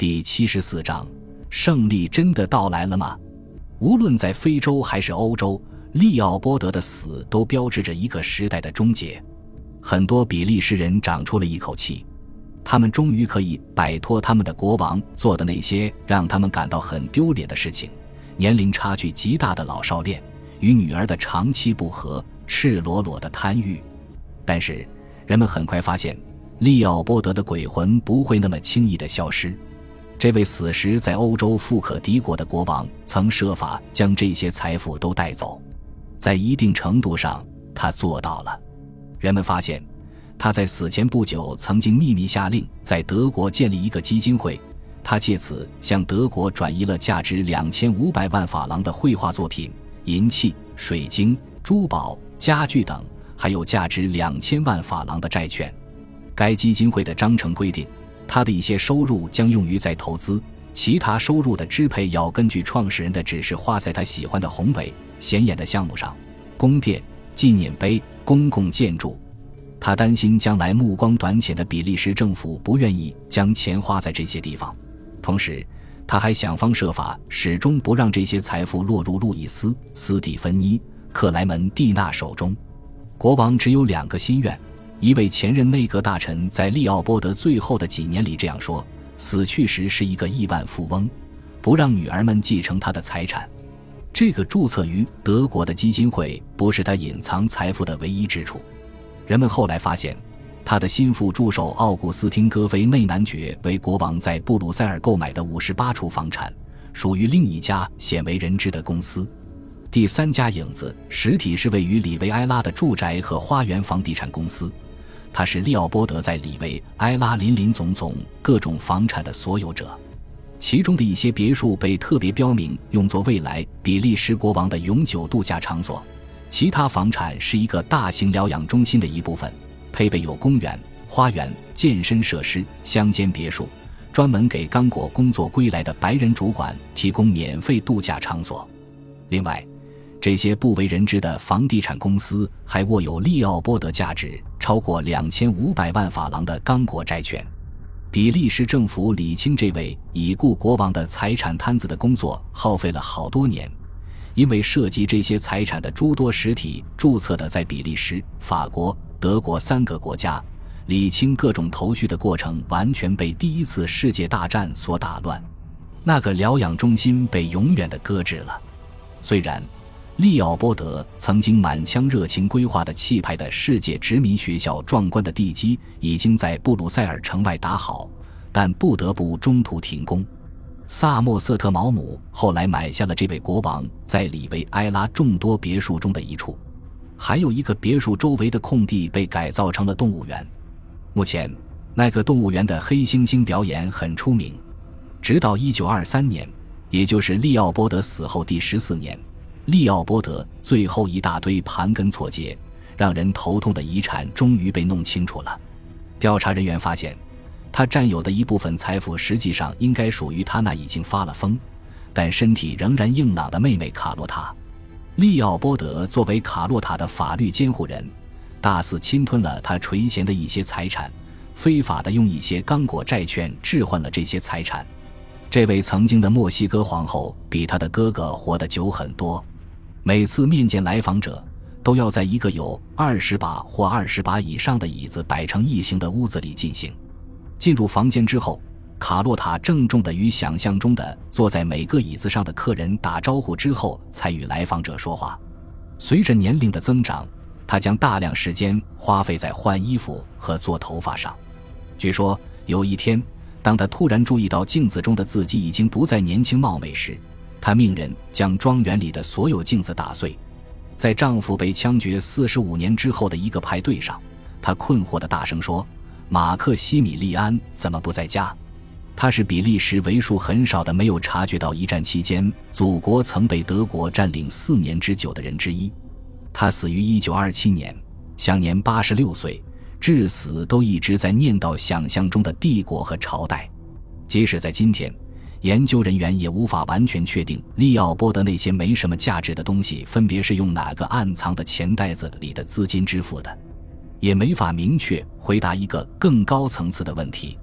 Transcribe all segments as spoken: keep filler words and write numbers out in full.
第七十四章，胜利真的到来了吗？无论在非洲还是欧洲，利奥波德的死都标志着一个时代的终结。很多比利时人长出了一口气，他们终于可以摆脱他们的国王做的那些让他们感到很丢脸的事情：年龄差距极大的老少恋，与女儿的长期不和，赤裸裸的贪欲。但是人们很快发现，利奥波德的鬼魂不会那么轻易地消失。这位死时在欧洲富可敌国的国王曾设法将这些财富都带走，在一定程度上他做到了。人们发现他在死前不久曾经秘密下令在德国建立一个基金会，他借此向德国转移了价值两千五百万法郎的绘画作品、银器、水晶、珠宝、家具等，还有价值两千万法郎的债券。该基金会的章程规定，他的一些收入将用于再投资，其他收入的支配要根据创始人的指示花在他喜欢的宏伟显眼的项目上，宫殿、纪念碑、公共建筑。他担心将来目光短浅的比利时政府不愿意将钱花在这些地方，同时他还想方设法始终不让这些财富落入路易斯、斯蒂芬妮、克莱门蒂娜手中。国王只有两个心愿，一位前任内阁大臣在利奥波德最后的几年里这样说：死去时是一个亿万富翁，不让女儿们继承他的财产。这个注册于德国的基金会不是他隐藏财富的唯一之处。人们后来发现，他的心腹助手奥古斯汀·戈菲内男爵为国王在布鲁塞尔购买的五十八处房产属于另一家鲜为人知的公司。第三家影子实体是位于里维埃拉的住宅和花园房地产公司，他是利奥波德在里维埃拉林林总总各种房产的所有者，其中的一些别墅被特别标明用作未来比利时国王的永久度假场所，其他房产是一个大型疗养中心的一部分，配备有公园、花园、健身设施、乡间别墅，专门给刚果工作归来的白人主管提供免费度假场所。另外，这些不为人知的房地产公司还握有利奥波德价值超过两千五百万法郎的刚果债券。比利时政府理清这位已故国王的财产摊子的工作耗费了好多年，因为涉及这些财产的诸多实体注册的在比利时、法国、德国三个国家，理清各种头绪的过程完全被第一次世界大战所打乱。那个疗养中心被永远地搁置了。虽然利奥波德曾经满腔热情规划的气派的世界殖民学校壮观的地基已经在布鲁塞尔城外打好，但不得不中途停工。萨默瑟特毛姆后来买下了这位国王在里维埃拉众多别墅中的一处，还有一个别墅周围的空地被改造成了动物园。目前那个动物园的黑猩猩表演很出名，直到一九二三年，也就是利奥波德死后第十四年，利奥波德最后一大堆盘根错节让人头痛的遗产终于被弄清楚了。调查人员发现，他占有的一部分财富实际上应该属于他那已经发了疯但身体仍然硬朗的妹妹卡洛塔。利奥波德作为卡洛塔的法律监护人，大肆侵吞了他垂涎的一些财产，非法地用一些刚果债券置换了这些财产。这位曾经的墨西哥皇后比他的哥哥活得久很多，每次面见来访者都要在一个有二十把或二十把以上的椅子摆成异形的屋子里进行。进入房间之后，卡洛塔郑重地与想象中的坐在每个椅子上的客人打招呼之后才与来访者说话。随着年龄的增长，他将大量时间花费在换衣服和做头发上。据说有一天，当他突然注意到镜子中的自己已经不再年轻貌美时，他命人将庄园里的所有镜子打碎。在丈夫被枪决四十五年之后的一个派对上，她困惑地大声说：马克西米利安怎么不在家？他是比利时为数很少的没有察觉到一战期间祖国曾被德国占领四年之久的人之一。他死于一九二七年，享年八十六岁，至死都一直在念叨想象中的帝国和朝代。即使在今天，研究人员也无法完全确定利奥波德那些没什么价值的东西分别是用哪个暗藏的钱袋子里的资金支付的，也没法明确回答一个更高层次的问题：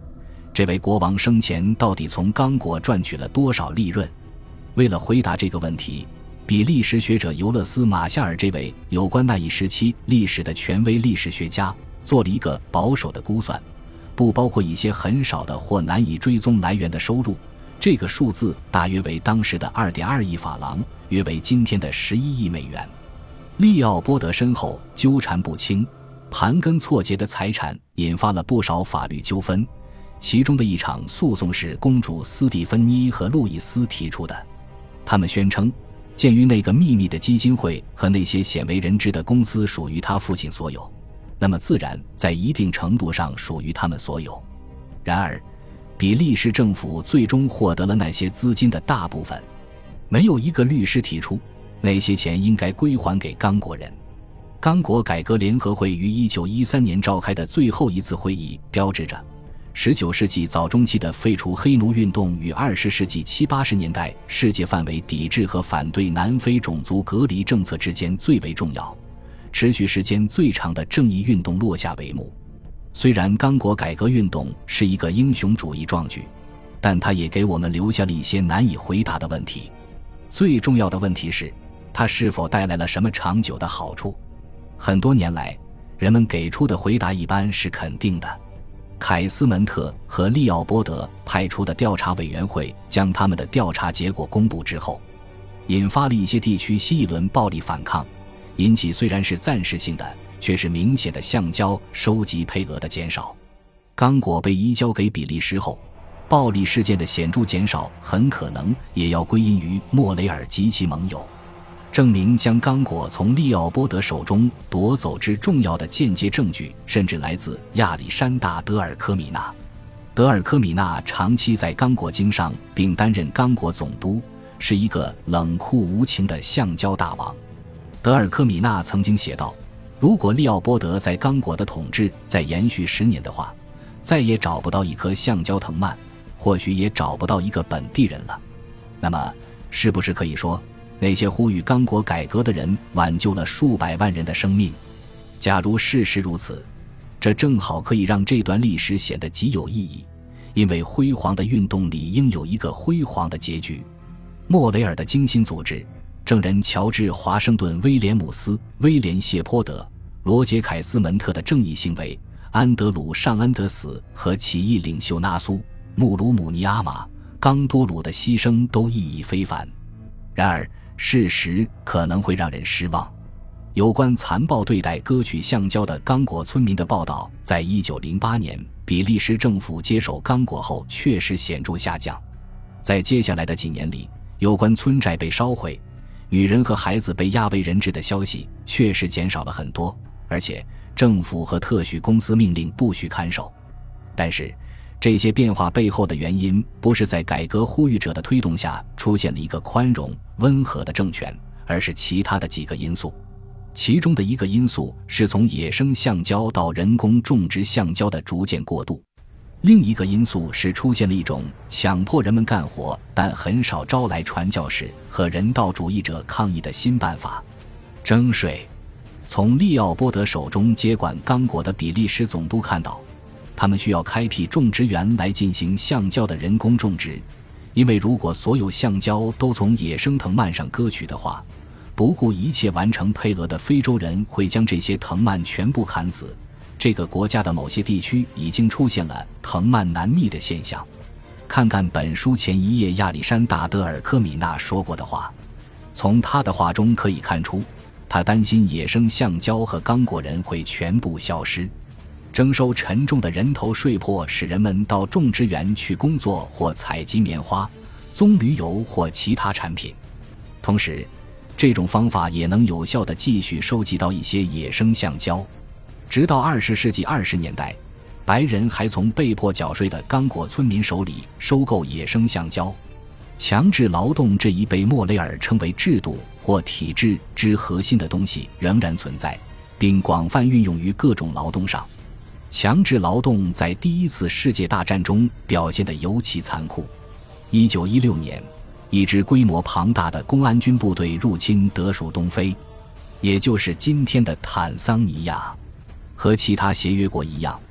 这位国王生前到底从刚果赚取了多少利润？为了回答这个问题，比利时学者尤勒斯·马夏尔这位有关那一时期历史的权威历史学家做了一个保守的估算，不包括一些很少的或难以追踪来源的收入，这个数字大约为当时的 二点二亿法郎，约为今天的十一亿美元。利奥波德身后纠缠不清、盘根错节的财产引发了不少法律纠纷，其中的一场诉讼是公主斯蒂芬妮和路易斯提出的。他们宣称，鉴于那个秘密的基金会和那些鲜为人知的公司属于他父亲所有，那么自然在一定程度上属于他们所有。然而比利时政府最终获得了那些资金的大部分，没有一个律师提出那些钱应该归还给刚果人。刚果改革联合会于一九一三年召开的最后一次会议标志着十九世纪早中期的废除黑奴运动与二十世纪七八十年代世界范围抵制和反对南非种族隔离政策之间最为重要、持续时间最长的正义运动落下帷幕。虽然刚果改革运动是一个英雄主义壮举，但它也给我们留下了一些难以回答的问题。最重要的问题是，它是否带来了什么长久的好处？很多年来，人们给出的回答一般是肯定的。凯斯门特和利奥波德派出的调查委员会将他们的调查结果公布之后，引发了一些地区新一轮暴力反抗，引起虽然是暂时性的，却是明显的橡胶收集配额的减少。刚果被移交给比利时后，暴力事件的显著减少很可能也要归因于莫雷尔及其盟友。证明将刚果从利奥波德手中夺走之重要的间接证据甚至来自亚历山大·德尔科米纳。德尔科米纳长期在刚果经商并担任刚果总督，是一个冷酷无情的橡胶大王。德尔科米纳曾经写道，如果利奥波德在刚果的统治再延续十年的话，再也找不到一颗橡胶藤蔓，或许也找不到一个本地人了。那么是不是可以说，那些呼吁刚果改革的人挽救了数百万人的生命？假如事实如此，这正好可以让这段历史显得极有意义，因为辉煌的运动理应有一个辉煌的结局。莫雷尔的精心组织，证人乔治·华盛顿·威廉姆斯、威廉·谢泼德、罗杰·凯斯门特的正义行为，安德鲁·尚恩德死和起义领袖纳苏、穆鲁姆尼阿玛、冈多鲁的牺牲都意义非凡。然而事实可能会让人失望。有关残暴对待割取橡胶的刚果村民的报道在一九零八年比利时政府接手刚果后确实显著下降。在接下来的几年里，有关村寨被烧毁、女人和孩子被押为人质的消息确实减少了很多，而且政府和特许公司命令不许看守。但是这些变化背后的原因不是在改革呼吁者的推动下出现了一个宽容温和的政权，而是其他的几个因素。其中的一个因素是从野生橡胶到人工种植橡胶的逐渐过渡，另一个因素是出现了一种强迫人们干活但很少招来传教士和人道主义者抗议的新办法——征税。从利奥波德手中接管刚果的比利时总督看到，他们需要开辟种植园来进行橡胶的人工种植，因为如果所有橡胶都从野生藤蔓上割取的话，不顾一切完成配额的非洲人会将这些藤蔓全部砍死。这个国家的某些地区已经出现了藤蔓难觅的现象。看看本书前一页亚历山大·德尔科米纳说过的话，从他的话中可以看出，他担心野生橡胶和刚果人会全部消失。征收沉重的人头税迫使人们到种植园去工作或采集棉花、棕榈油或其他产品。同时，这种方法也能有效地继续收集到一些野生橡胶。直到二十世纪二十年代，白人还从被迫缴税的刚果村民手里收购野生橡胶。强制劳动这一被莫雷尔称为制度或体制之核心的东西仍然存在，并广泛运用于各种劳动上。强制劳动在第一次世界大战中表现得尤其残酷。一九一六年，一支规模庞大的公安军部队入侵德属东非，也就是今天的坦桑尼亚。和其他协约国一样，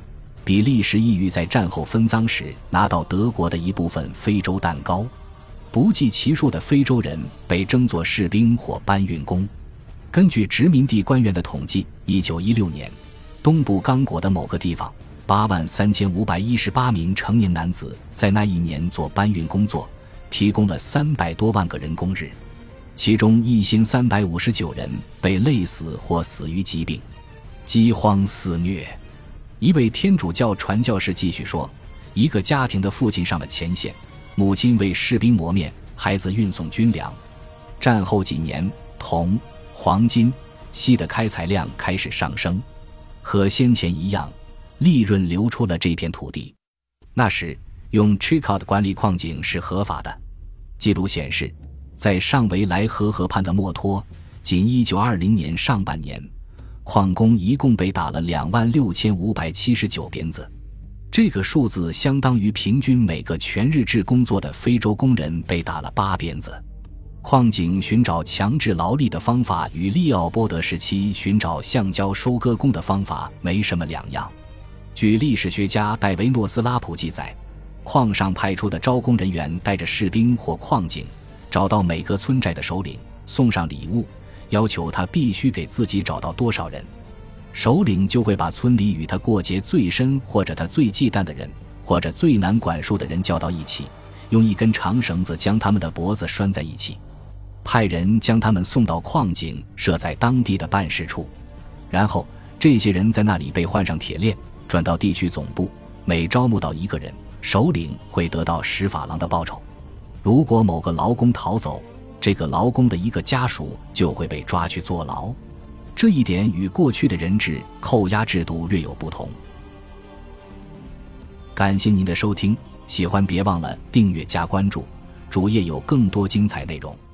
比利时意欲在战后分赃时拿到德国的一部分非洲蛋糕，不计其数的非洲人被征作士兵或搬运工。根据殖民地官员的统计，一九一六年，东部刚果的某个地方，八万三千五百一十八名成年男子在那一年做搬运工作，提供了三百多万个人工日，其中一千三百五十九人被累死或死于疾病。饥荒肆虐。一位天主教传教士继续说，一个家庭的父亲上了前线，母亲为士兵磨面，孩子运送军粮。战后几年，铜、黄金、锡的开采量开始上升，和先前一样，利润流出了这片土地。那时用 Chicot 管理矿井是合法的。记录显示，在上维莱河河畔的墨脱，仅一九二零年上半年，矿工一共被打了两万六千五百七十九鞭子，这个数字相当于平均每个全日制工作的非洲工人被打了八鞭子。矿井寻找强制劳力的方法与利奥波德时期寻找橡胶收割工的方法没什么两样。据历史学家戴维诺斯拉普记载，矿上派出的招工人员带着士兵或矿井，找到每个村寨的首领，送上礼物，要求他必须给自己找到多少人。首领就会把村里与他过节最深或者他最忌惮的人或者最难管束的人叫到一起，用一根长绳子将他们的脖子拴在一起，派人将他们送到矿井设在当地的办事处，然后这些人在那里被换上铁链，转到地区总部，每招募到一个人，首领会得到十法郎的报酬。如果某个劳工逃走，这个劳工的一个家属就会被抓去坐牢。这一点与过去的人质扣押制度略有不同。感谢您的收听，喜欢别忘了订阅加关注，主页有更多精彩内容。